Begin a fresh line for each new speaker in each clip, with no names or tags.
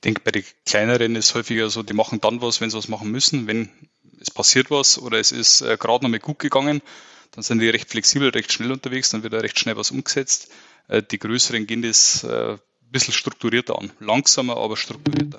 denke, bei den kleineren ist es häufiger so, die machen dann was, wenn sie was machen müssen. Wenn es passiert was oder es ist gerade noch mal gut gegangen, dann sind die recht flexibel, recht schnell unterwegs, dann wird da recht schnell was umgesetzt. Die größeren gehen das ein bisschen strukturierter an. Langsamer, aber strukturierter.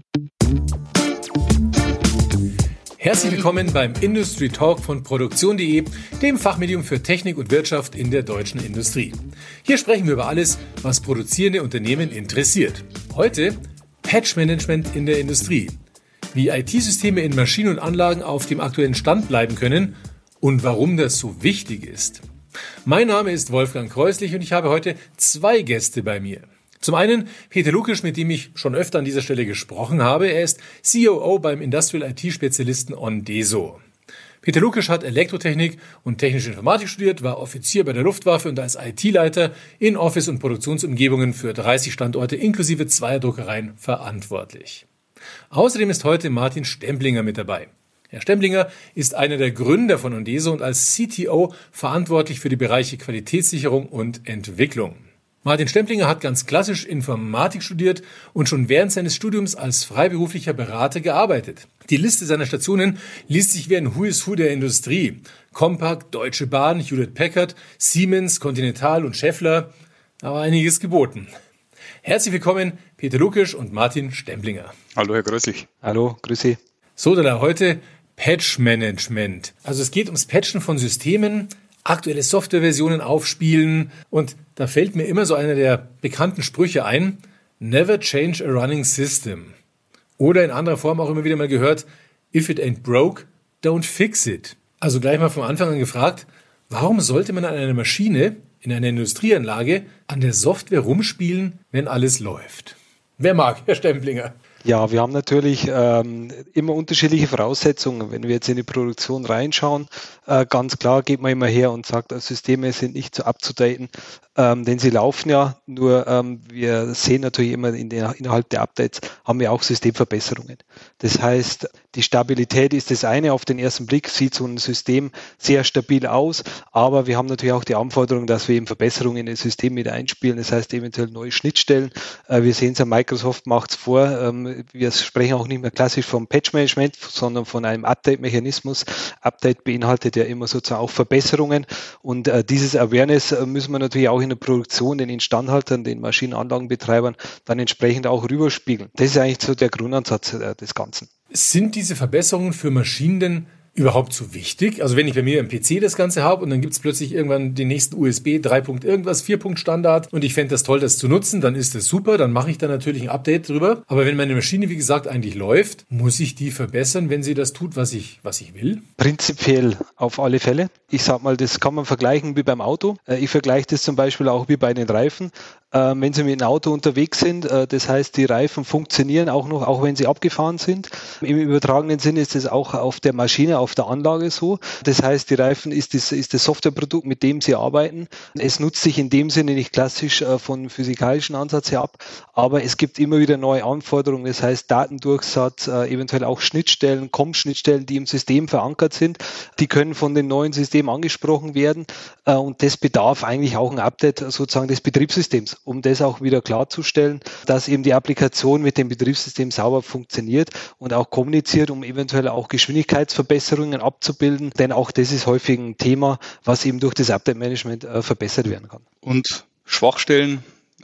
Herzlich willkommen beim Industry Talk von Produktion.de, dem Fachmedium für Technik und Wirtschaft in der deutschen Industrie. Hier sprechen wir über alles, was produzierende Unternehmen interessiert. Heute Patch-Management in der Industrie, wie IT-Systeme in Maschinen und Anlagen auf dem aktuellen Stand bleiben können und warum das so wichtig ist. Mein Name ist Wolfgang Kreuslich und ich habe heute zwei Gäste bei mir. Zum einen Peter Lukisch, mit dem ich schon öfter an dieser Stelle gesprochen habe. Er ist COO beim Industrial IT-Spezialisten Ondeso. Peter Lukisch hat Elektrotechnik und technische Informatik studiert, war Offizier bei der Luftwaffe und als IT-Leiter in Office- und Produktionsumgebungen für 30 Standorte inklusive 2 Druckereien verantwortlich. Außerdem ist heute Martin Stemplinger mit dabei. Herr Stemplinger ist einer der Gründer von Ondeso und als CTO verantwortlich für die Bereiche Qualitätssicherung und Entwicklung. Martin Stemplinger hat ganz klassisch Informatik studiert und schon während seines Studiums als freiberuflicher Berater gearbeitet. Die Liste seiner Stationen liest sich wie ein Who is Who der Industrie. Compaq, Deutsche Bahn, Hewlett Packard, Siemens, Continental und Schaeffler, aber einiges geboten. Herzlich willkommen, Peter Lukisch und Martin Stemplinger.
Hallo, Herr Kreuslich.
Hallo, grüß Sie.
So, da heute Patch-Management. Also es geht ums Patchen von Systemen, aktuelle Softwareversionen aufspielen und da fällt mir immer so einer der bekannten Sprüche ein, never change a running system. Oder in anderer Form auch immer wieder mal gehört, if it ain't broke, don't fix it. Also gleich mal von Anfang an gefragt, warum sollte man an einer Maschine, in einer Industrieanlage, an der Software rumspielen, wenn alles läuft? Wer mag, Herr Stemplinger?
Ja, wir haben natürlich immer unterschiedliche Voraussetzungen. Wenn wir jetzt in die Produktion reinschauen, ganz klar geht man immer her und sagt, Systeme sind nicht so up-to-daten, denn sie laufen ja, nur wir sehen natürlich immer innerhalb der Updates, haben wir auch Systemverbesserungen. Das heißt, die Stabilität ist das eine, auf den ersten Blick sieht so ein System sehr stabil aus, aber wir haben natürlich auch die Anforderung, dass wir eben Verbesserungen in das System mit einspielen, das heißt eventuell neue Schnittstellen. Wir sehen es ja, Microsoft macht es vor, wir sprechen auch nicht mehr klassisch vom Patch-Management, sondern von einem Update-Mechanismus. Update beinhaltet ja immer sozusagen auch Verbesserungen und dieses Awareness müssen wir natürlich auch in der Produktion, den Instandhaltern, den Maschinenanlagenbetreibern dann entsprechend auch rüberspiegeln. Das ist eigentlich so der Grundansatz des Ganzen.
Sind diese Verbesserungen für Maschinen denn überhaupt so wichtig? Also wenn ich bei mir im PC das Ganze habe und dann gibt es plötzlich irgendwann den nächsten USB 3. irgendwas, 4. Standard und ich fände das toll, das zu nutzen, dann ist das super, dann mache ich da natürlich ein Update drüber. Aber wenn meine Maschine, wie gesagt, eigentlich läuft, muss ich die verbessern, wenn sie das tut, was ich will?
Prinzipiell auf alle Fälle. Ich sag mal, das kann man vergleichen wie beim Auto. Ich vergleiche das zum Beispiel auch wie bei den Reifen. Wenn Sie mit einem Auto unterwegs sind, das heißt, die Reifen funktionieren auch noch, auch wenn sie abgefahren sind. Im übertragenen Sinne ist es auch auf der Maschine, auf der Anlage so. Das heißt, die Reifen ist das Softwareprodukt, mit dem Sie arbeiten. Es nutzt sich in dem Sinne nicht klassisch von physikalischen Ansatz her ab, aber es gibt immer wieder neue Anforderungen. Das heißt, Datendurchsatz, eventuell auch Schnittstellen, COM-Schnittstellen, die im System verankert sind, die können von den neuen Systemen angesprochen werden und das bedarf eigentlich auch ein Update sozusagen des Betriebssystems, um das auch wieder klarzustellen, dass eben die Applikation mit dem Betriebssystem sauber funktioniert und auch kommuniziert, um eventuell auch Geschwindigkeitsverbesserungen abzubilden, denn auch das ist häufig ein Thema, was eben durch das Update-Management verbessert werden kann.
Und Schwachstelle,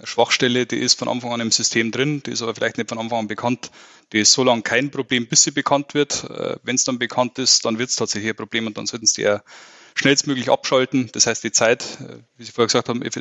die ist von Anfang an im System drin, die ist aber vielleicht nicht von Anfang an bekannt. Die ist so lange kein Problem, bis sie bekannt wird. Wenn es dann bekannt ist, dann wird es tatsächlich ein Problem und dann sollten sie eher schnellstmöglich abschalten. Das heißt, die Zeit, wie Sie vorher gesagt haben, if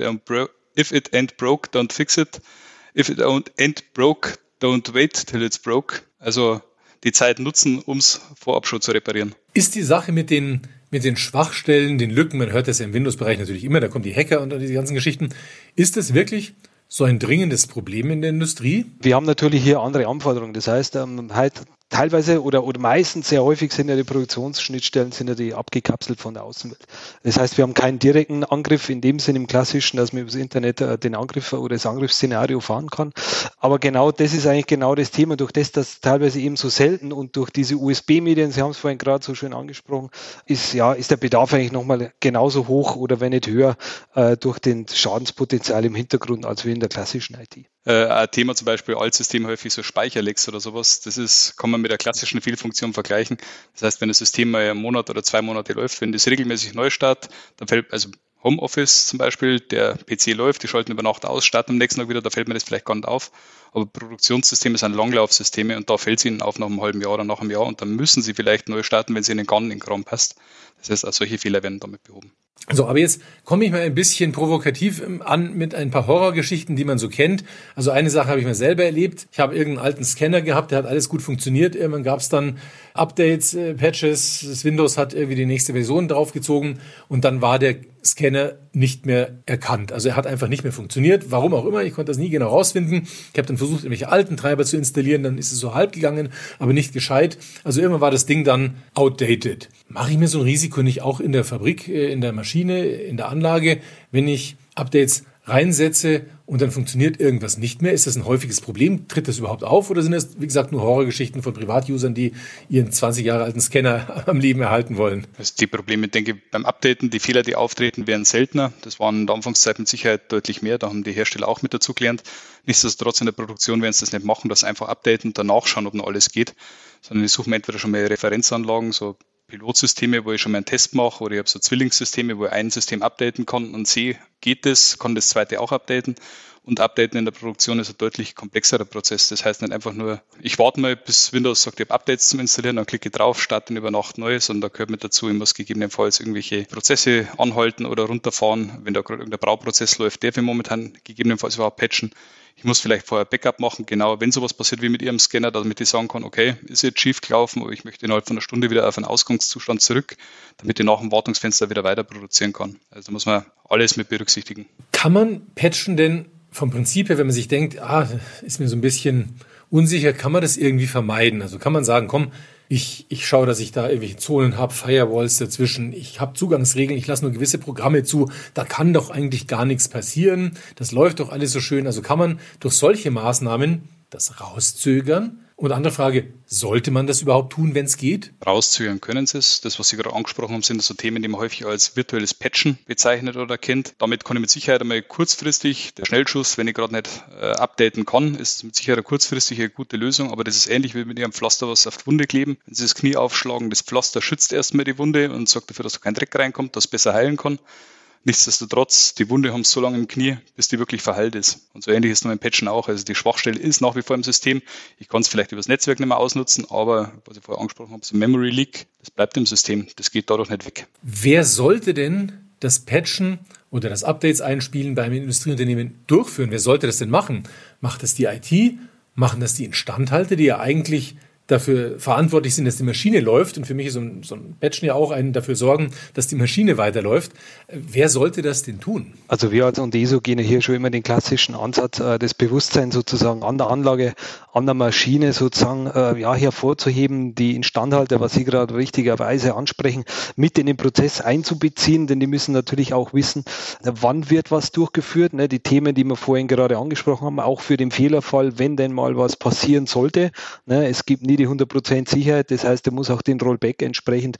it ain't broke, don't fix it. If it ain't broke, don't wait till it's broke. Also die Zeit nutzen, um es vorab schon zu reparieren.
Ist die Sache mit den Schwachstellen, den Lücken, man hört das ja im Windows-Bereich natürlich immer, da kommen die Hacker und diese ganzen Geschichten. Ist das wirklich so ein dringendes Problem in der Industrie?
Wir haben natürlich hier andere Anforderungen. Das heißt, teilweise oder meistens sehr häufig sind ja die Produktionsschnittstellen die abgekapselt von der Außenwelt. Das heißt, wir haben keinen direkten Angriff in dem Sinne im Klassischen, dass man über das Internet den Angriff oder das Angriffsszenario fahren kann. Aber genau das ist eigentlich genau das Thema, durch das teilweise eben so selten und durch diese USB-Medien, Sie haben es vorhin gerade so schön angesprochen, ist der Bedarf eigentlich nochmal genauso hoch oder wenn nicht höher durch den Schadenspotenzial im Hintergrund als wir in der klassischen IT.
Ein Thema zum Beispiel Altsystem häufig so Speicherlecks oder sowas. Kann man mit der klassischen Fehlfunktion vergleichen. Das heißt, wenn das System mal einen Monat oder 2 Monate läuft, wenn das regelmäßig neu startet, dann fällt, also Homeoffice zum Beispiel, der PC läuft, die schalten über Nacht aus, starten am nächsten Tag wieder, da fällt mir das vielleicht gar nicht auf. Aber Produktionssysteme sind Langlaufsysteme und da fällt es ihnen auf nach einem halben Jahr oder nach einem Jahr und dann müssen sie vielleicht neu starten, wenn es ihnen gar nicht in den Kram passt. Das heißt, auch solche Fehler werden damit behoben.
So, aber jetzt komme ich mal ein bisschen provokativ an mit ein paar Horrorgeschichten, die man so kennt. Also eine Sache habe ich mir selber erlebt. Ich habe irgendeinen alten Scanner gehabt, der hat alles gut funktioniert. Irgendwann gab es dann Updates, Patches, das Windows hat irgendwie die nächste Version draufgezogen und dann war der Scanner nicht mehr erkannt. Also er hat einfach nicht mehr funktioniert. Warum auch immer, ich konnte das nie genau rausfinden. Ich habe dann versucht, irgendwelche alten Treiber zu installieren, dann ist es so halb gegangen, aber nicht gescheit. Also irgendwann war das Ding dann outdated. Mache ich mir so ein Risiko nicht auch in der Fabrik, in der Maschine, in der Anlage, wenn ich Updates reinsetze und dann funktioniert irgendwas nicht mehr? Ist das ein häufiges Problem? Tritt das überhaupt auf? Oder sind das, wie gesagt, nur Horrorgeschichten von Privatusern, die ihren 20 Jahre alten Scanner am Leben erhalten wollen?
Also die Probleme, denke ich, beim Updaten, die Fehler, die auftreten, werden seltener. Das waren in der Anfangszeit mit Sicherheit deutlich mehr. Da haben die Hersteller auch mit dazu gelernt. Nichtsdestotrotz in der Produktion werden sie das nicht machen, das einfach updaten und danach schauen, ob noch alles geht. Sondern die suchen entweder schon mal Referenzanlagen, so Pilotsysteme, wo ich schon mal einen Test mache, oder ich habe so Zwillingssysteme, wo ich ein System updaten kann und sehe, geht das, kann das zweite auch updaten. Und Updaten in der Produktion ist ein deutlich komplexerer Prozess. Das heißt nicht einfach nur, ich warte mal, bis Windows sagt, ich habe Updates zum Installieren, dann klicke ich drauf, starte den über Nacht neu, sondern da gehört mit dazu, ich muss gegebenenfalls irgendwelche Prozesse anhalten oder runterfahren. Wenn da gerade irgendein Brauprozess läuft, darf ich momentan gegebenenfalls überhaupt patchen. Ich muss vielleicht vorher Backup machen, genau, wenn sowas passiert wie mit Ihrem Scanner, damit ich sagen kann, okay, ist jetzt schief gelaufen, aber ich möchte innerhalb von einer Stunde wieder auf einen Ausgangszustand zurück, damit ich nach dem Wartungsfenster wieder weiter produzieren kann. Also da muss man alles mit berücksichtigen.
Kann man patchen denn vom Prinzip her, wenn man sich denkt, ist mir so ein bisschen unsicher, kann man das irgendwie vermeiden? Also kann man sagen, komm, ich schaue, dass ich da irgendwelche Zonen habe, Firewalls dazwischen, ich habe Zugangsregeln, ich lasse nur gewisse Programme zu, da kann doch eigentlich gar nichts passieren, das läuft doch alles so schön. Also kann man durch solche Maßnahmen das rauszögern? Und andere Frage, sollte man das überhaupt tun, wenn es geht?
Rauszögern können Sie es. Das, was Sie gerade angesprochen haben, sind so Themen, die man häufig als virtuelles Patchen bezeichnet oder kennt. Damit kann ich mit Sicherheit einmal kurzfristig, der Schnellschuss, wenn ich gerade nicht updaten kann, ist mit Sicherheit kurzfristig eine gute Lösung, aber das ist ähnlich wie mit Ihrem Pflaster, was auf die Wunde kleben. Wenn Sie das Knie aufschlagen, das Pflaster schützt erstmal die Wunde und sorgt dafür, dass da kein Dreck reinkommt, dass es besser heilen kann. Nichtsdestotrotz, die Wunde haben es so lange im Knie, bis die wirklich verheilt ist. Und so ähnlich ist es beim Patchen auch. Also die Schwachstelle ist nach wie vor im System. Ich kann es vielleicht über das Netzwerk nicht mehr ausnutzen, aber was ich vorher angesprochen habe, so Memory Leak, das bleibt im System. Das geht dadurch nicht weg.
Wer sollte denn das Patchen oder das Updates einspielen bei einem Industrieunternehmen durchführen? Wer sollte das denn machen? Macht das die IT? Machen das die Instandhalter, die ja eigentlich dafür verantwortlich sind, dass die Maschine läuft? Und für mich ist so ein Patchen ja auch dafür sorgen, dass die Maschine weiterläuft. Wer sollte das denn tun?
Also wir als Ondeso gehen hier schon immer den klassischen Ansatz, das Bewusstsein sozusagen an der Anlage, an der Maschine sozusagen hervorzuheben, die Instandhalter, was Sie gerade richtigerweise ansprechen, mit in den Prozess einzubeziehen, denn die müssen natürlich auch wissen, wann wird was durchgeführt. Die Themen, die wir vorhin gerade angesprochen haben, auch für den Fehlerfall, wenn denn mal was passieren sollte. Es gibt nie die 100% Sicherheit, das heißt, er muss auch den Rollback entsprechend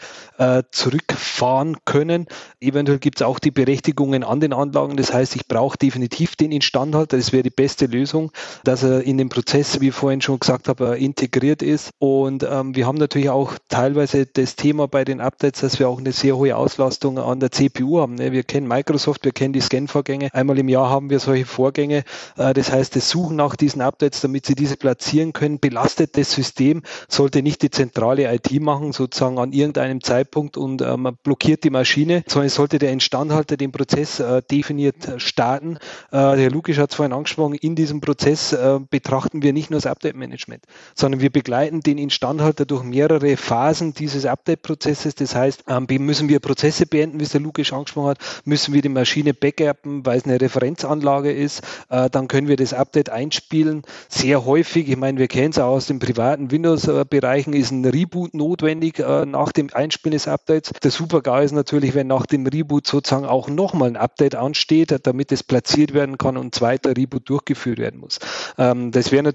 zurückfahren können. Eventuell gibt es auch die Berechtigungen an den Anlagen, das heißt, ich brauche definitiv den Instandhalter, das wäre die beste Lösung, dass er in den Prozess, wie ich vorhin schon gesagt habe, integriert ist. Und wir haben natürlich auch teilweise das Thema bei den Updates, dass wir auch eine sehr hohe Auslastung an der CPU haben. Wir kennen Microsoft, wir kennen die Scan-Vorgänge, einmal im Jahr haben wir solche Vorgänge, das heißt, das Suchen nach diesen Updates, damit Sie diese platzieren können, belastet das System, sollte nicht die zentrale IT machen, sozusagen an irgendeinem Zeitpunkt und man blockiert die Maschine, sondern es sollte der Instandhalter den Prozess definiert starten. Der Herr Lukisch hat es vorhin angesprochen, in diesem Prozess betrachten wir nicht nur das Update-Management, sondern wir begleiten den Instandhalter durch mehrere Phasen dieses Update-Prozesses. Das heißt, müssen wir Prozesse beenden, wie es der Lukisch angesprochen hat, müssen wir die Maschine backuppen, weil es eine Referenzanlage ist, dann können wir das Update einspielen. Sehr häufig, ich meine, wir kennen es auch aus dem privaten Windows-Bereichen, ist ein Reboot notwendig nach dem Einspielen des Updates. Der Super-GAU ist natürlich, wenn nach dem Reboot sozusagen auch nochmal ein Update ansteht, damit es platziert werden kann und ein zweiter Reboot durchgeführt werden muss. Das wäre natürlich sehr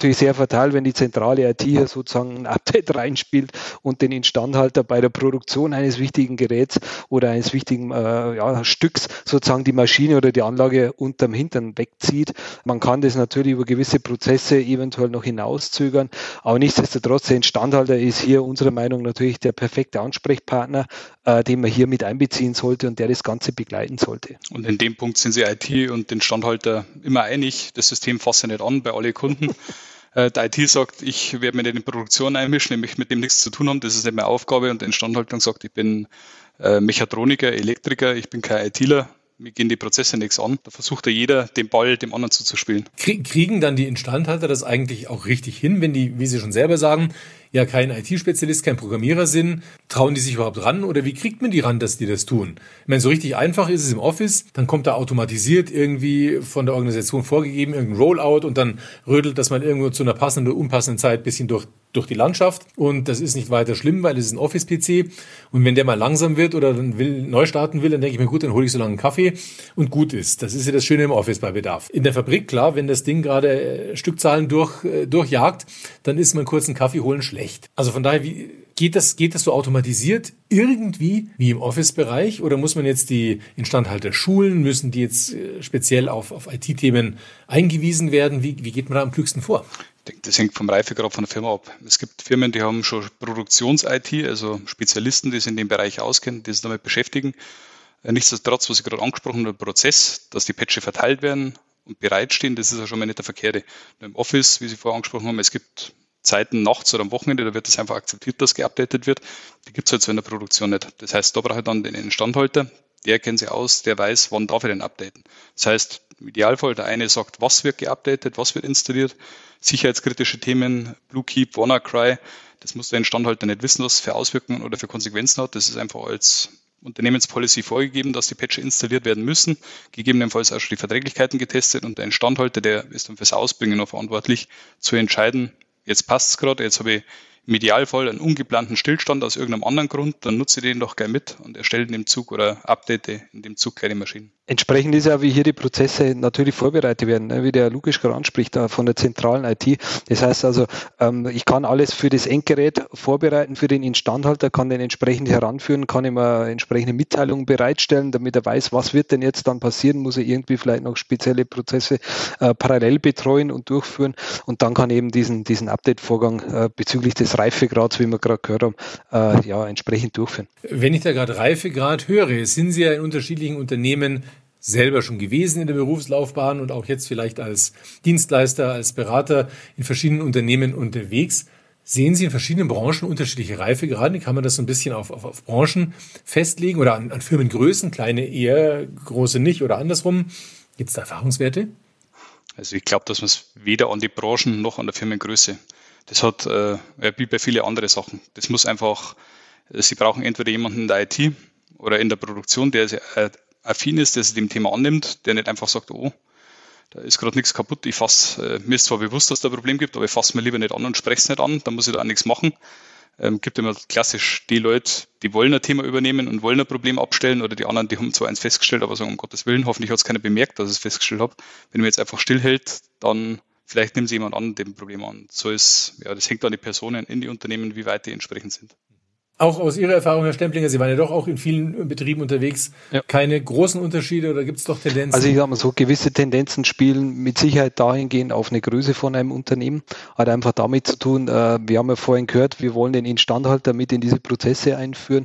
fatal, wenn die zentrale IT hier sozusagen ein Update reinspielt und den Instandhalter bei der Produktion eines wichtigen Geräts oder eines wichtigen Stücks sozusagen die Maschine oder die Anlage unterm Hintern wegzieht. Man kann das natürlich über gewisse Prozesse eventuell noch hinauszögern, aber nichtsdestotrotz, der Instandhalter ist hier unserer Meinung nach natürlich der perfekte Ansprechpartner, den man hier mit einbeziehen sollte und der das Ganze begleiten sollte.
Und in dem Punkt sind sich IT und Instandhalter immer einig. Das System fasst ja nicht an bei allen Kunden. Die IT sagt, ich werde mich nicht in die Produktion einmischen, ich möchte mit dem nichts zu tun haben, das ist nicht meine Aufgabe. Und die Instandhaltung sagt, ich bin Mechatroniker, Elektriker, ich bin kein ITler. Mir gehen die Prozesse nichts an. Da versucht ja jeder, den Ball dem anderen zuzuspielen.
Kriegen dann die Instandhalter das eigentlich auch richtig hin, wenn die, wie Sie schon selber sagen, ja kein IT-Spezialist, kein Programmierer sind? Trauen die sich überhaupt ran oder wie kriegt man die ran, dass die das tun? Ich meine, so richtig einfach ist es im Office, dann kommt da automatisiert irgendwie von der Organisation vorgegeben irgendein Rollout und dann rödelt das mal irgendwo zu einer passenden oder unpassenden Zeit ein bisschen durch die Landschaft und das ist nicht weiter schlimm, weil es ist ein Office-PC und wenn der mal langsam wird oder dann neu starten will, dann denke ich mir, gut, dann hole ich so lange einen Kaffee und gut ist. Das ist ja das Schöne im Office bei Bedarf. In der Fabrik, klar, wenn das Ding gerade Stückzahlen durchjagt, dann ist man kurz einen Kaffee holen schlecht. Also von daher, wie geht das so automatisiert irgendwie wie im Office-Bereich oder muss man jetzt die Instandhalter schulen? Müssen die jetzt speziell auf IT-Themen eingewiesen werden? Wie geht man da am klügsten vor?
Ich denke, das hängt vom Reifegrad von der Firma ab. Es gibt Firmen, die haben schon Produktions-IT, also Spezialisten, die sich in dem Bereich auskennen, die sich damit beschäftigen. Nichtsdestotrotz, was ich gerade angesprochen habe, der Prozess, dass die Patches verteilt werden und bereitstehen, das ist ja schon mal nicht der verkehrte. Im Office, wie Sie vorher angesprochen haben, es gibt Zeiten nachts oder am Wochenende, da wird das einfach akzeptiert, dass geupdatet wird. Die gibt es halt so in der Produktion nicht. Das heißt, da brauche ich dann den Instandhalter, der kennt sich aus, der weiß, wann darf ich denn updaten. Das heißt, im Idealfall, der eine sagt, was wird geupdatet, was wird installiert, sicherheitskritische Themen, Bluekeep, WannaCry, das muss der Instandhalter nicht wissen, was es für Auswirkungen oder für Konsequenzen hat. Das ist einfach als Unternehmenspolicy vorgegeben, dass die Patches installiert werden müssen, gegebenenfalls auch schon die Verträglichkeiten getestet und der Instandhalter, der ist dann fürs Ausbringen noch verantwortlich, zu entscheiden, jetzt passt es gerade, jetzt habe ich im Idealfall einen ungeplanten Stillstand aus irgendeinem anderen Grund, dann nutze ich den doch gleich mit und erstelle in dem Zug oder update in dem Zug keine Maschinen.
Entsprechend ist ja, wie hier die Prozesse natürlich vorbereitet werden, wie der Lukas gerade anspricht, von der zentralen IT. Das heißt also, ich kann alles für das Endgerät vorbereiten, für den Instandhalter, kann den entsprechend heranführen, kann ihm entsprechende Mitteilungen bereitstellen, damit er weiß, was wird denn jetzt dann passieren, muss er irgendwie vielleicht noch spezielle Prozesse parallel betreuen und durchführen und dann kann eben diesen Update-Vorgang bezüglich des Reifegrads, wie wir gerade gehört haben, entsprechend durchführen.
Wenn ich da gerade Reifegrad höre, sind Sie ja in unterschiedlichen Unternehmen selber schon gewesen in der Berufslaufbahn und auch jetzt vielleicht als Dienstleister, als Berater in verschiedenen Unternehmen unterwegs. Sehen Sie in verschiedenen Branchen unterschiedliche Reifegrade? Kann man das so ein bisschen auf Branchen festlegen oder an Firmengrößen, kleine eher, große nicht oder andersrum? Gibt es da Erfahrungswerte?
Also ich glaube, dass man es weder an die Branchen noch an der Firmengröße. Das hat wie bei vielen anderen Sachen. Das muss einfach, Sie brauchen entweder jemanden in der IT oder in der Produktion, der affin ist, der sich dem Thema annimmt, der nicht einfach sagt, oh, da ist gerade nichts kaputt, mir ist zwar bewusst, dass es da ein Problem gibt, aber ich fasse mir lieber nicht an und spreche es nicht an, dann muss ich da auch nichts machen. Gibt immer klassisch die Leute, die wollen ein Thema übernehmen und wollen ein Problem abstellen oder die anderen, die haben zwar eins festgestellt, aber sagen, um Gottes Willen, hoffentlich hat es keiner bemerkt, dass ich es festgestellt habe. Wenn man jetzt einfach stillhält, dann vielleicht nimmt sich jemand an dem Problem an. So ist, das hängt an die Personen in die Unternehmen, wie weit die entsprechend sind.
Auch aus Ihrer Erfahrung, Herr Stemplinger, Sie waren ja doch auch in vielen Betrieben unterwegs. Ja. Keine großen Unterschiede oder gibt es doch Tendenzen?
Also ich sage mal so, gewisse Tendenzen spielen mit Sicherheit dahingehend auf eine Größe von einem Unternehmen. Hat einfach damit zu tun, wir haben ja vorhin gehört, wir wollen den Instandhalter mit in diese Prozesse einführen.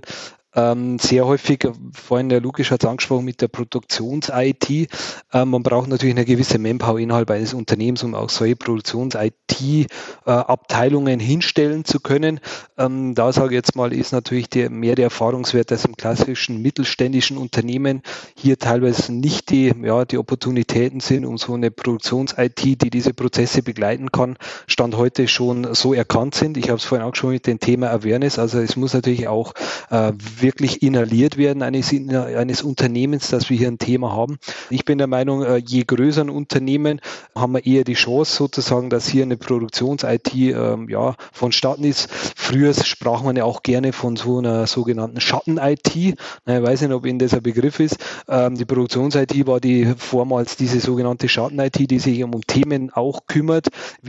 Sehr häufig, vorhin der Lukas hat es angesprochen, mit der Produktions-IT. Man braucht natürlich eine gewisse Manpower innerhalb eines Unternehmens, um auch solche Produktions-IT-Abteilungen hinstellen zu können. Da sage ich jetzt mal, ist natürlich mehr der Erfahrungswert, dass im klassischen mittelständischen Unternehmen hier teilweise nicht die Opportunitäten sind, um so eine Produktions-IT, die diese Prozesse begleiten kann, Stand heute schon so erkannt sind. Ich habe es vorhin angesprochen mit dem Thema Awareness. Also es muss natürlich auch wirklich inhaliert werden eines Unternehmens, dass wir hier ein Thema haben. Ich bin der Meinung, je größer ein Unternehmen, haben wir eher die Chance sozusagen, dass hier eine Produktions-IT vonstatten ist. Früher sprach man ja auch gerne von so einer sogenannten Schatten-IT. Ich weiß nicht, ob Ihnen das ein Begriff ist. Die Produktions-IT war vormals diese sogenannte Schatten-IT, die sich um Themen auch kümmert, wie ein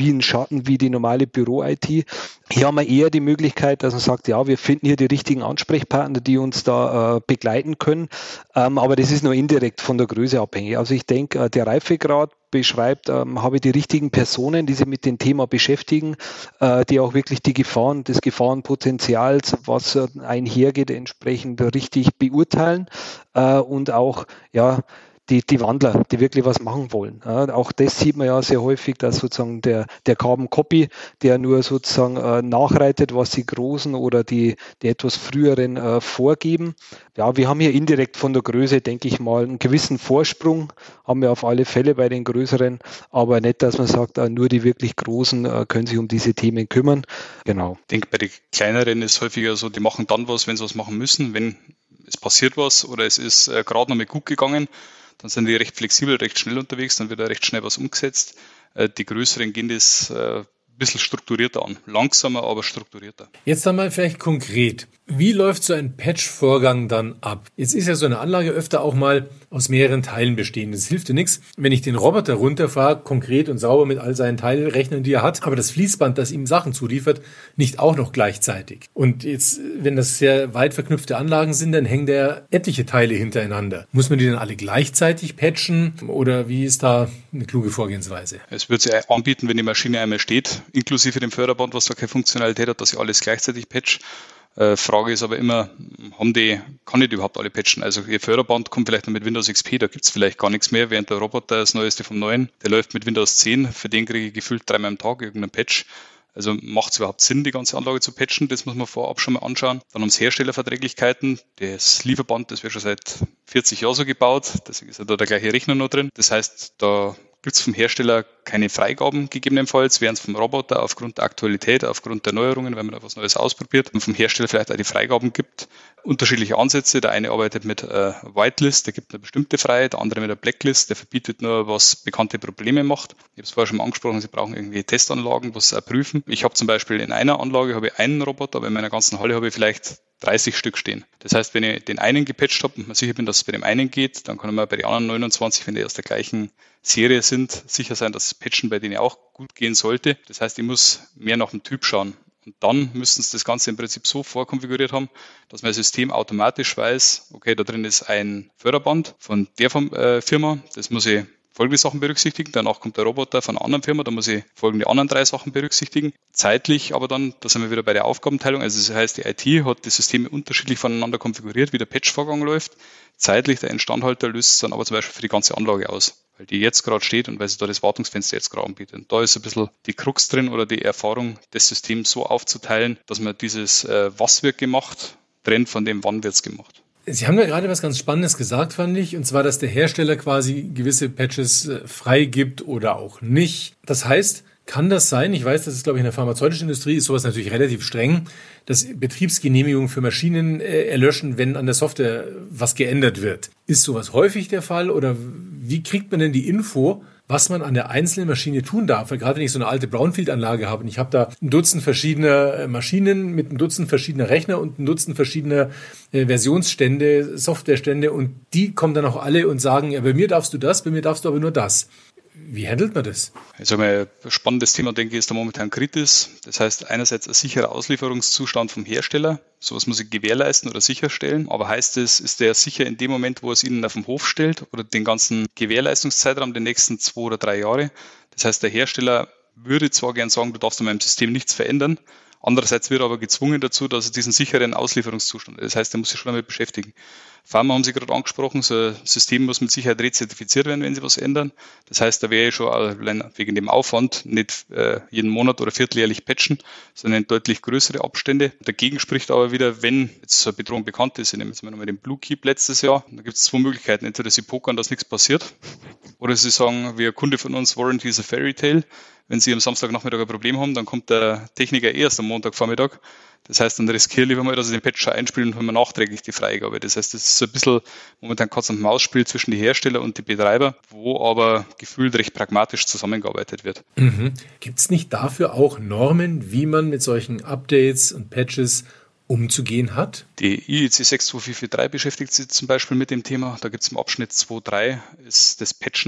beraten wie die normale Büro-IT. Hier haben wir eher die Möglichkeit, dass man sagt, ja, wir finden hier die richtigen Ansprechpartner, die uns da begleiten können. Aber das ist nur indirekt von der Größe abhängig. Also ich denke, der Reifegrad beschreibt, habe ich die richtigen Personen, die sich mit dem Thema beschäftigen, die auch wirklich die Gefahren, des Gefahrenpotenzials, was einhergeht, entsprechend richtig beurteilen und auch, ja, die Wandler, die wirklich was machen wollen. Ja, auch das sieht man ja sehr häufig, dass sozusagen der Carbon Copy, der nur sozusagen nachreitet, was die Großen oder die etwas früheren vorgeben. Ja, wir haben hier indirekt von der Größe, denke ich mal, einen gewissen Vorsprung, haben wir auf alle Fälle bei den Größeren, aber nicht, dass man sagt, nur die wirklich Großen können sich um diese Themen kümmern. Genau.
Ich denke, bei den Kleineren ist häufiger so, die machen dann was, wenn sie was machen müssen, wenn es passiert was oder es ist gerade noch mal gut gegangen. Dann sind die recht flexibel, recht schnell unterwegs, dann wird da recht schnell was umgesetzt. Die Größeren gehen das ein bisschen strukturierter an. Langsamer, aber strukturierter.
Jetzt einmal vielleicht konkret. Wie läuft so ein Patch-Vorgang dann ab? Jetzt ist ja so eine Anlage öfter auch mal aus mehreren Teilen bestehend. Das hilft dir nichts, wenn ich den Roboter runterfahre, konkret und sauber mit all seinen Teilrechnern, die er hat, aber das Fließband, das ihm Sachen zuliefert, nicht auch noch gleichzeitig. Und jetzt, wenn das sehr weit verknüpfte Anlagen sind, dann hängen da etliche Teile hintereinander. Muss man die dann alle gleichzeitig patchen oder wie ist da eine kluge Vorgehensweise?
Es wird sich anbieten, wenn die Maschine einmal steht, inklusive dem Förderband, was da keine Funktionalität hat, dass ich alles gleichzeitig patche. Frage ist aber immer, kann ich die überhaupt alle patchen? Also Ihr Förderband kommt vielleicht noch mit Windows XP, da gibt es vielleicht gar nichts mehr, während der Roboter, das Neueste vom Neuen, der läuft mit Windows 10, für den kriege ich gefühlt 3-mal am Tag irgendeinen Patch. Also macht es überhaupt Sinn, die ganze Anlage zu patchen? Das muss man vorab schon mal anschauen. Dann haben es Herstellerverträglichkeiten. Das Lieferband, das wird schon seit 40 Jahren so gebaut, deswegen ist ja da der gleiche Rechner noch drin. Das heißt, da gibt es vom Hersteller keine Freigaben gegebenenfalls, während es vom Roboter aufgrund der Aktualität, aufgrund der Neuerungen, wenn man da was Neues ausprobiert, und vom Hersteller vielleicht auch die Freigaben gibt. Unterschiedliche Ansätze. Der eine arbeitet mit Whitelist, der gibt eine bestimmte Freiheit, der andere mit der Blacklist, der verbietet nur, was bekannte Probleme macht. Ich habe es vorher schon mal angesprochen, Sie brauchen irgendwie Testanlagen, was sie prüfen. Ich habe zum Beispiel in einer Anlage habe ich einen Roboter, aber in meiner ganzen Halle habe ich vielleicht 30 Stück stehen. Das heißt, wenn ich den einen gepatcht habe und mir sicher bin, dass es bei dem einen geht, dann kann ich mir bei den anderen 29, wenn die aus der gleichen Serie sind, sicher sein, dass das Patchen bei denen auch gut gehen sollte. Das heißt, ich muss mehr nach dem Typ schauen. Und dann müssten sie das Ganze im Prinzip so vorkonfiguriert haben, dass mein System automatisch weiß, okay, da drin ist ein Förderband von der Firma, das muss ich folgende Sachen berücksichtigen, danach kommt der Roboter von einer anderen Firma, da muss ich folgende anderen 3 Sachen berücksichtigen. Zeitlich aber dann, da sind wir wieder bei der Aufgabenteilung, also das heißt, die IT hat die Systeme unterschiedlich voneinander konfiguriert, wie der Patch-Vorgang läuft. Zeitlich, der Instandhalter löst es dann aber zum Beispiel für die ganze Anlage aus, weil die jetzt gerade steht und weil sie da das Wartungsfenster jetzt gerade anbietet. Und da ist ein bisschen die Krux drin oder die Erfahrung, das System so aufzuteilen, dass man dieses was wird gemacht, trennt von dem wann wird es gemacht.
Sie haben ja gerade was ganz Spannendes gesagt, fand ich, und zwar, dass der Hersteller quasi gewisse Patches freigibt oder auch nicht. Das heißt, kann das sein, ich weiß, das ist, glaube ich, in der pharmazeutischen Industrie ist sowas natürlich relativ streng, dass Betriebsgenehmigungen für Maschinen erlöschen, wenn an der Software was geändert wird. Ist sowas häufig der Fall oder wie kriegt man denn die Info, was man an der einzelnen Maschine tun darf? Weil gerade wenn ich so eine alte Brownfield-Anlage habe und ich habe da ein Dutzend verschiedener Maschinen mit ein Dutzend verschiedener Rechner und ein Dutzend verschiedener Versionsstände, Softwarestände und die kommen dann auch alle und sagen, ja, bei mir darfst du das, bei mir darfst du aber nur das. Wie handelt man das?
Also ein spannendes Thema, denke ich, ist da momentan Kritis. Das heißt, einerseits ein sicherer Auslieferungszustand vom Hersteller. Sowas muss ich gewährleisten oder sicherstellen. Aber heißt es, ist der sicher in dem Moment, wo er es Ihnen auf den Hof stellt oder den ganzen Gewährleistungszeitraum der nächsten 2 oder 3 Jahre? Das heißt, der Hersteller würde zwar gern sagen, du darfst an meinem System nichts verändern. Andererseits wird er aber gezwungen dazu, dass er diesen sicheren Auslieferungszustand hat. Das heißt, er muss sich schon damit beschäftigen. Pharma haben Sie gerade angesprochen, so ein System muss mit Sicherheit rezertifiziert werden, wenn Sie was ändern. Das heißt, da wäre ich schon allein wegen dem Aufwand nicht jeden Monat oder vierteljährlich patchen, sondern in deutlich größere Abstände. Dagegen spricht aber wieder, wenn jetzt so eine Bedrohung bekannt ist, ich nehme jetzt mal nochmal den Blue Keep letztes Jahr, da gibt es 2 Möglichkeiten. Entweder Sie pokern, dass nichts passiert, oder Sie sagen, wie ein Kunde von uns, Warranty is a Fairy Tale. Wenn Sie am Samstagnachmittag ein Problem haben, dann kommt der Techniker erst am Montagvormittag. Das heißt, dann riskiere lieber mal, dass ich den Patch einspiele und haben wir nachträglich die Freigabe. Das heißt, das ist so ein bisschen momentan Katz- und Maus-Spiel zwischen die Hersteller und die Betreiber, wo aber gefühlt recht pragmatisch zusammengearbeitet wird.
Gibt es nicht dafür auch Normen, wie man mit solchen Updates und Patches umzugehen hat?
Die IEC 62443 beschäftigt sich zum Beispiel mit dem Thema. Da gibt es im Abschnitt 2.3 ist das Patchen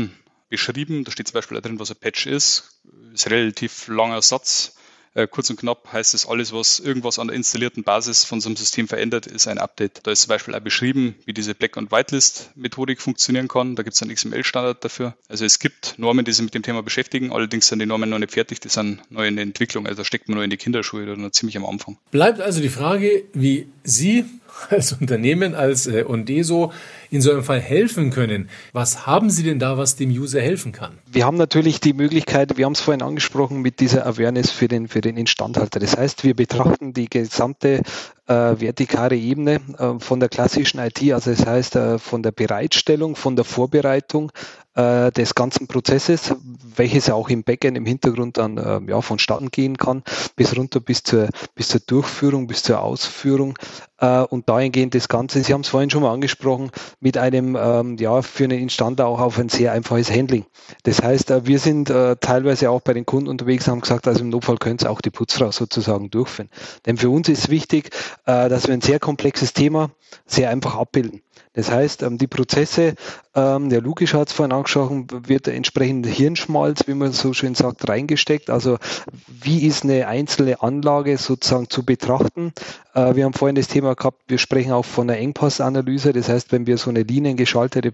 beschrieben. Da steht zum Beispiel auch drin, was ein Patch ist. Ist ein relativ langer Satz. Kurz und knapp heißt es, alles, was irgendwas an der installierten Basis von so einem System verändert, ist ein Update. Da ist zum Beispiel auch beschrieben, wie diese Black- und Whitelist-Methodik funktionieren kann. Da gibt es einen XML-Standard dafür. Also es gibt Normen, die sich mit dem Thema beschäftigen. Allerdings sind die Normen noch nicht fertig. Die sind neu in der Entwicklung. Also da steckt man noch in die Kinderschuhe oder noch ziemlich am Anfang.
Bleibt also die Frage, wie Sie als Unternehmen, als Ondeso in so einem Fall helfen können. Was haben Sie denn da, was dem User helfen kann?
Wir haben natürlich die Möglichkeit, wir haben es vorhin angesprochen, mit dieser Awareness für den Instandhalter. Das heißt, wir betrachten die gesamte vertikale Ebene von der klassischen IT, also das heißt von der Bereitstellung, von der Vorbereitung des ganzen Prozesses, welches ja auch im Backend, im Hintergrund dann vonstatten gehen kann, bis runter bis zur Durchführung, bis zur Ausführung und dahingehend das Ganze, Sie haben es vorhin schon mal angesprochen, mit einem für einen Instander auch auf ein sehr einfaches Handling. Das heißt, wir sind teilweise auch bei den Kunden unterwegs und haben gesagt, also im Notfall können Sie auch die Putzfrau sozusagen durchführen. Denn für uns ist wichtig, dass wir ein sehr komplexes Thema sehr einfach abbilden. Das heißt, die Prozesse, der Lukas hat es vorhin angesprochen, wird entsprechend Hirnschmalz, wie man so schön sagt, reingesteckt. Also wie ist eine einzelne Anlage sozusagen zu betrachten? Wir haben vorhin das Thema gehabt, wir sprechen auch von einer Engpassanalyse. Das heißt, wenn wir so eine liniengeschaltete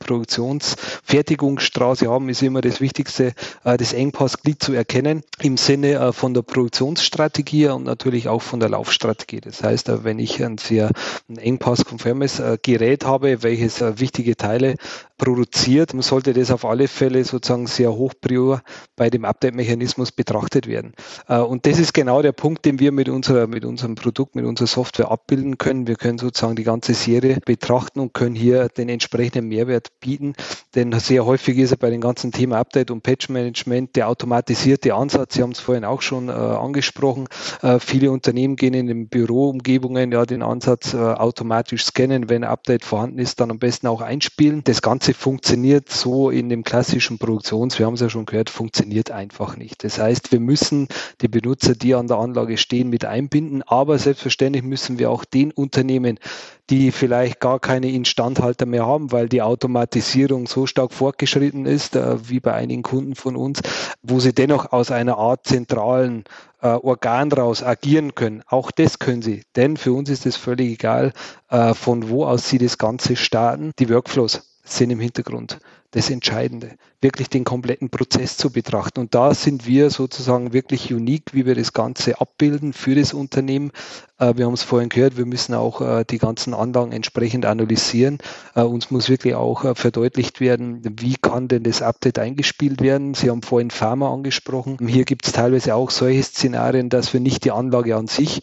Produktionsfertigungsstraße haben, ist immer das Wichtigste, das Engpassglied zu erkennen im Sinne von der Produktionsstrategie und natürlich auch von der Laufstrategie. Das heißt, wenn ich ein sehr engpasskonformes Gerät habe, welches wichtige Teile produziert, sollte das auf alle Fälle sozusagen sehr hoch prior bei dem Update-Mechanismus betrachtet werden. Und das ist genau der Punkt, den wir mit unserem Produkt, mit unserer Software abbilden können. Wir können sozusagen die ganze Serie betrachten und können hier den entsprechenden Mehrwert bieten. Denn sehr häufig ist ja bei dem ganzen Thema Update und Patch-Management der automatisierte Ansatz. Sie haben es vorhin auch schon angesprochen. Viele Unternehmen gehen in den Büroumgebungen den Ansatz automatisch scannen, wenn ein Update vorhanden ist, dann am besten auch einspielen. Das Ganze funktioniert so in dem klassischen wir haben es ja schon gehört, funktioniert einfach nicht. Das heißt, wir müssen die Benutzer, die an der Anlage stehen, mit einbinden, aber selbstverständlich müssen wir auch den Unternehmen, die vielleicht gar keine Instandhalter mehr haben, weil die Automatisierung so stark fortgeschritten ist, wie bei einigen Kunden von uns, wo sie dennoch aus einer Art zentralen Organ raus agieren können. Auch das können sie, denn für uns ist es völlig egal, von wo aus sie das Ganze starten. Die Workflows sind im Hintergrund das Entscheidende, wirklich den kompletten Prozess zu betrachten. Und da sind wir sozusagen wirklich unique, wie wir das Ganze abbilden für das Unternehmen. Wir haben es vorhin gehört, wir müssen auch die ganzen Anlagen entsprechend analysieren. Uns muss wirklich auch verdeutlicht werden, wie kann denn das Update eingespielt werden. Sie haben vorhin Pharma angesprochen. Hier gibt es teilweise auch solche Szenarien, dass wir nicht die Anlage an sich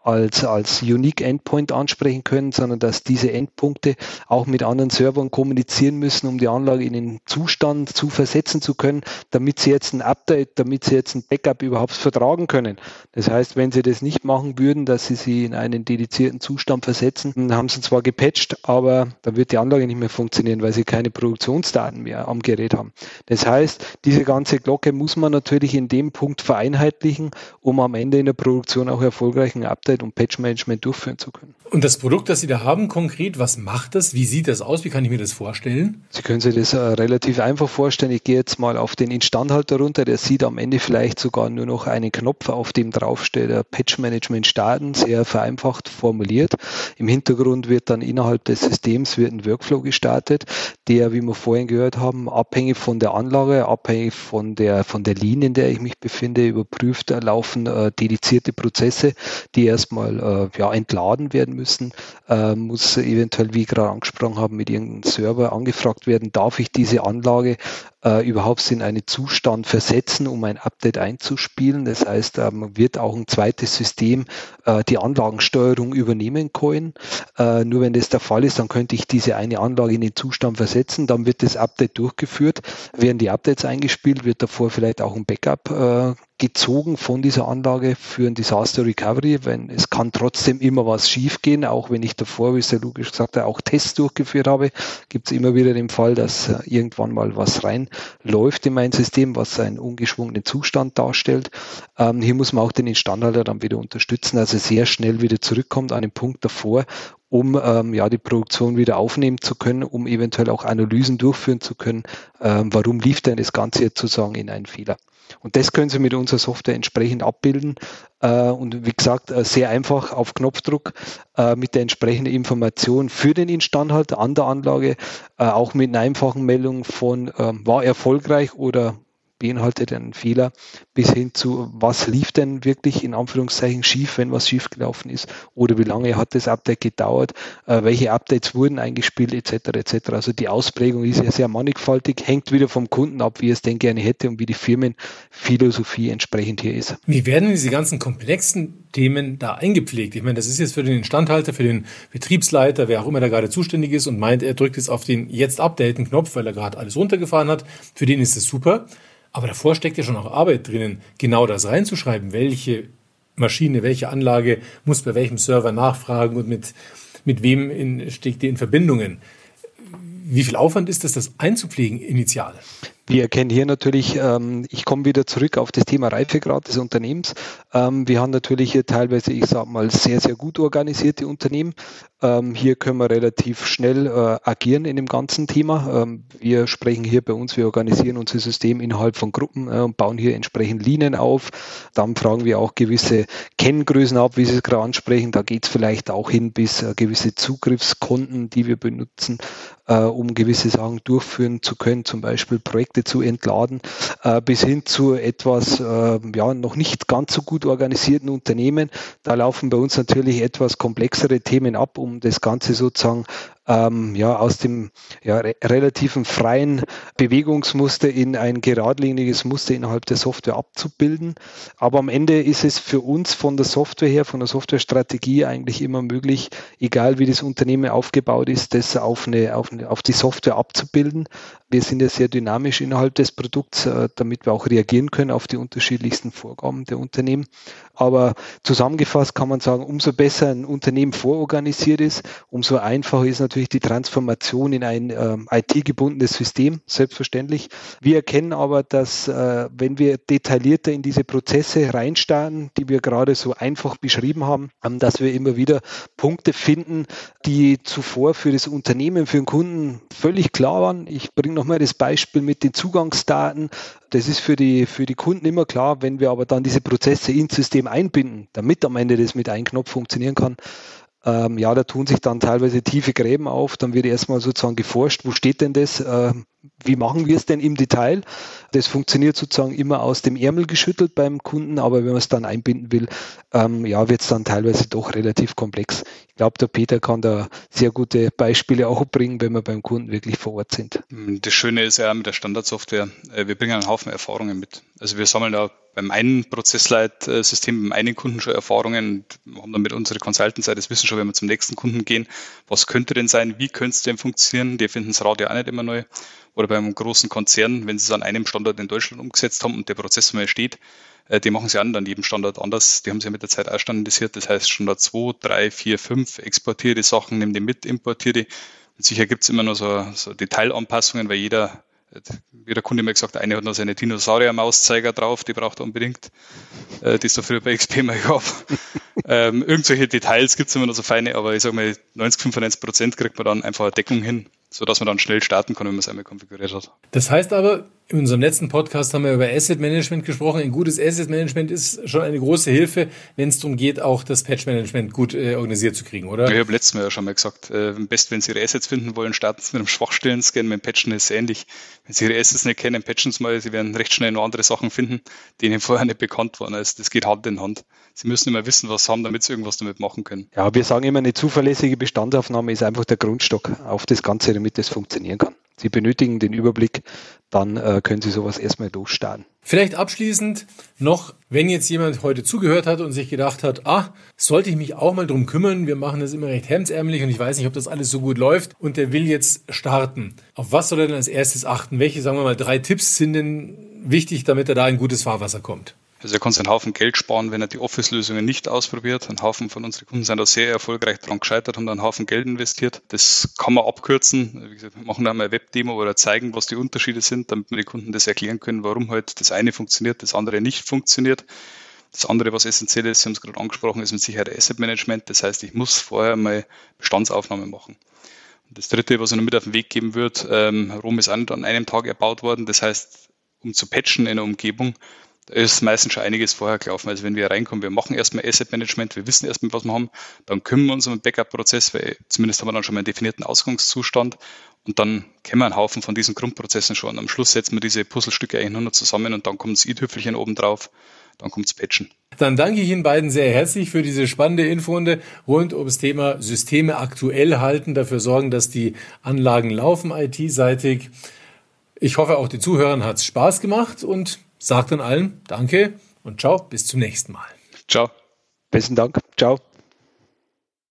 als Unique Endpoint ansprechen können, sondern dass diese Endpunkte auch mit anderen Servern kommunizieren müssen, um die Anlage in den Zustand zu versetzen zu können, damit sie jetzt ein Update, damit sie jetzt ein Backup überhaupt vertragen können. Das heißt, wenn sie das nicht machen würden, dass sie in einen dedizierten Zustand versetzen, dann haben sie zwar gepatcht, aber dann wird die Anlage nicht mehr funktionieren, weil sie keine Produktionsdaten mehr am Gerät haben. Das heißt, diese ganze Glocke muss man natürlich in dem Punkt vereinheitlichen, um am Ende in der Produktion auch erfolgreich ein Update und Patch-Management durchführen zu können.
Und das Produkt, das Sie da haben konkret, was macht das? Wie sieht das aus? Wie kann ich mir das vorstellen?
Sie können sich das relativ einfach vorstellen. Ich gehe jetzt mal auf den Instandhalter runter. Der sieht am Ende vielleicht sogar nur noch einen Knopf, auf dem draufsteht, Patch-Management starten, sehr vereinfacht formuliert. Im Hintergrund wird dann innerhalb des Systems ein Workflow gestartet, der, wie wir vorhin gehört haben, abhängig von der Anlage, abhängig von der Linie, in der ich mich befinde, überprüft, laufen dedizierte Prozesse, die erstmal entladen werden müssen, muss eventuell, wie ich gerade angesprochen habe, mit irgendeinem Server angefragt werden, darf ich diese Anlage überhaupt in einen Zustand versetzen, um ein Update einzuspielen. Das heißt, man wird auch ein zweites System die Anlagensteuerung übernehmen können. Nur wenn das der Fall ist, dann könnte ich diese eine Anlage in den Zustand versetzen, dann wird das Update durchgeführt, werden die Updates eingespielt, wird davor vielleicht auch ein Backup gezogen von dieser Anlage für ein Disaster Recovery, wenn es kann trotzdem immer was schief gehen, auch wenn ich davor, wie es der Lukas gesagt hat, auch Tests durchgeführt habe, gibt es immer wieder den Fall, dass irgendwann mal was reinläuft in mein System, was einen ungeschwungenen Zustand darstellt. Hier muss man auch den Instandhalter dann wieder unterstützen, also sehr schnell wieder zurückkommt an den Punkt davor, um die Produktion wieder aufnehmen zu können, um eventuell auch Analysen durchführen zu können, warum lief denn das Ganze jetzt sozusagen in einen Fehler. Und das können Sie mit unserer Software entsprechend abbilden und wie gesagt, sehr einfach auf Knopfdruck mit der entsprechenden Information für den Instandhalter an der Anlage, auch mit einer einfachen Meldung von war erfolgreich oder beinhaltet einen Fehler, bis hin zu, was lief denn wirklich in Anführungszeichen schief, wenn was schief gelaufen ist, oder wie lange hat das Update gedauert, welche Updates wurden eingespielt, etc. etc. Also die Ausprägung ist ja sehr mannigfaltig, hängt wieder vom Kunden ab, wie er es denn gerne hätte und wie die Firmenphilosophie entsprechend hier ist.
Wie werden diese ganzen komplexen Themen da eingepflegt? Ich meine, das ist jetzt für den Instandhalter, für den Betriebsleiter, wer auch immer da gerade zuständig ist und meint, er drückt jetzt auf den Jetzt-Updaten-Knopf, weil er gerade alles runtergefahren hat. Für den ist es super. Aber davor steckt ja schon auch Arbeit drinnen, genau das reinzuschreiben, welche Maschine, welche Anlage muss bei welchem Server nachfragen und mit wem steckt die in Verbindungen. Wie viel Aufwand ist das einzupflegen initial?
Wir erkennen hier natürlich, ich komme wieder zurück auf das Thema Reifegrad des Unternehmens. Wir haben natürlich hier teilweise, ich sage mal, sehr, sehr gut organisierte Unternehmen. Hier können wir relativ schnell agieren in dem ganzen Thema. Wir sprechen hier bei uns, wir organisieren unser System innerhalb von Gruppen und bauen hier entsprechend Linien auf. Dann fragen wir auch gewisse Kenngrößen ab, wie Sie es gerade ansprechen. Da geht es vielleicht auch hin bis gewisse Zugriffskonten, die wir benutzen, um gewisse Sachen durchführen zu können, zum Beispiel Projekte zu entladen, bis hin zu etwas noch nicht ganz so gut organisierten Unternehmen. Da laufen bei uns natürlich etwas komplexere Themen ab, um das Ganze sozusagen aus dem relativen freien Bewegungsmuster in ein geradliniges Muster innerhalb der Software abzubilden. Aber am Ende ist es für uns von der Software her, von der Softwarestrategie eigentlich immer möglich, egal wie das Unternehmen aufgebaut ist, das auf die Software abzubilden. Wir sind ja sehr dynamisch innerhalb des Produkts, damit wir auch reagieren können auf die unterschiedlichsten Vorgaben der Unternehmen. Aber zusammengefasst kann man sagen, umso besser ein Unternehmen vororganisiert ist, umso einfacher ist natürlich die Transformation in ein IT-gebundenes System, selbstverständlich. Wir erkennen aber, dass wenn wir detaillierter in diese Prozesse reinstarten, die wir gerade so einfach beschrieben haben, dass wir immer wieder Punkte finden, die zuvor für das Unternehmen, für den Kunden völlig klar waren. Ich bringe nochmal das Beispiel mit den Zugangsdaten. Das ist für die Kunden immer klar, wenn wir aber dann diese Prozesse ins System einbinden, damit am Ende das mit einem Knopf funktionieren kann. Da tun sich dann teilweise tiefe Gräben auf, dann wird erstmal sozusagen geforscht, wo steht denn das, wie machen wir es denn im Detail? Das funktioniert sozusagen immer aus dem Ärmel geschüttelt beim Kunden, aber wenn man es dann einbinden will, wird es dann teilweise doch relativ komplex. Ich glaube, der Peter kann da sehr gute Beispiele auch bringen, wenn wir beim Kunden wirklich vor Ort sind.
Das Schöne ist ja mit der Standardsoftware, wir bringen einen Haufen Erfahrungen mit. Also wir sammeln da beim einen Prozessleitsystem, beim einen Kunden schon Erfahrungen, haben dann mit unserer Consultant-Seite das Wissen schon, wenn wir zum nächsten Kunden gehen, was könnte denn sein, wie könnte es denn funktionieren, die finden das Rad ja auch nicht immer neu. Oder beim großen Konzern, wenn sie es an einem Standort in Deutschland umgesetzt haben und der Prozess mal steht, die machen sie an jedem Standort anders. Die haben sie ja mit der Zeit auch standardisiert. Das heißt, Standort 2, 3, 4, 5, exportiere die Sachen, nehme die mit, importiere die. Und sicher gibt es immer noch so Detailanpassungen, weil jeder Kunde mir gesagt, eine hat noch seine Dinosaurier-Mauszeiger drauf, die braucht er unbedingt. Die ist da früher bei XP mal gehabt. Irgendwelche Details gibt es immer noch so feine, aber ich sage mal, 90-95% kriegt man dann einfach eine Deckung hin, sodass man dann schnell starten kann, wenn man es einmal konfiguriert hat.
Das heißt aber, in unserem letzten Podcast haben wir über Asset Management gesprochen. Ein gutes Asset Management ist schon eine große Hilfe, wenn es darum geht, auch das Patch Management gut organisiert zu kriegen, oder?
Ich habe letztes Mal ja schon mal gesagt, am besten, wenn Sie Ihre Assets finden wollen, starten Sie mit einem Schwachstellen-Scan, mit dem Patchen ist es ähnlich. Wenn Sie Ihre Assets nicht kennen, patchen Sie mal, Sie werden recht schnell noch andere Sachen finden, die Ihnen vorher nicht bekannt waren. Also das geht Hand in Hand. Sie müssen immer wissen, was Sie haben, damit Sie irgendwas damit machen können.
Ja, wir sagen immer, eine zuverlässige Bestandsaufnahme ist einfach der Grundstock auf das Ganze, damit das funktionieren kann. Sie benötigen den Überblick, dann können Sie sowas erstmal losstarten.
Vielleicht abschließend noch, wenn jetzt jemand heute zugehört hat und sich gedacht hat, sollte ich mich auch mal drum kümmern, wir machen das immer recht hemdsärmelig und ich weiß nicht, ob das alles so gut läuft und der will jetzt starten. Auf was soll er denn als erstes achten? Welche, sagen wir mal, 3 Tipps sind denn wichtig, damit er da in gutes Fahrwasser kommt?
Also er kann sich einen Haufen Geld sparen, wenn er die Office-Lösungen nicht ausprobiert. Ein Haufen von unseren Kunden sind da sehr erfolgreich dran gescheitert, haben da einen Haufen Geld investiert. Das kann man abkürzen. Wie gesagt, wir machen da mal eine Webdemo oder zeigen, was die Unterschiede sind, damit wir den Kunden das erklären können, warum halt das eine funktioniert, das andere nicht funktioniert. Das andere, was essentiell ist, Sie haben es gerade angesprochen, ist mit Sicherheit Asset Management. Das heißt, ich muss vorher mal Bestandsaufnahme machen. Und das dritte, was ich noch mit auf den Weg geben wird, Rom ist auch nicht an einem Tag erbaut worden. Das heißt, um zu patchen in der Umgebung, da ist meistens schon einiges vorher gelaufen. Also wenn wir reinkommen, wir machen erstmal Asset Management, wir wissen erstmal, was wir haben, dann kümmern wir uns um den Backup-Prozess, weil zumindest haben wir dann schon mal einen definierten Ausgangszustand und dann kennen wir einen Haufen von diesen Grundprozessen schon. Und am Schluss setzen wir diese Puzzlestücke eigentlich nur noch zusammen und dann kommt das i-Tüpfelchen oben drauf, dann kommt das Patchen.
Dann danke ich Ihnen beiden sehr herzlich für diese spannende Infofunde rund ums Thema Systeme aktuell halten, dafür sorgen, dass die Anlagen laufen IT-seitig. Ich hoffe, auch den Zuhörern hat es Spaß gemacht und sagt dann allen Danke und ciao, bis zum nächsten Mal.
Ciao.
Besten Dank. Ciao.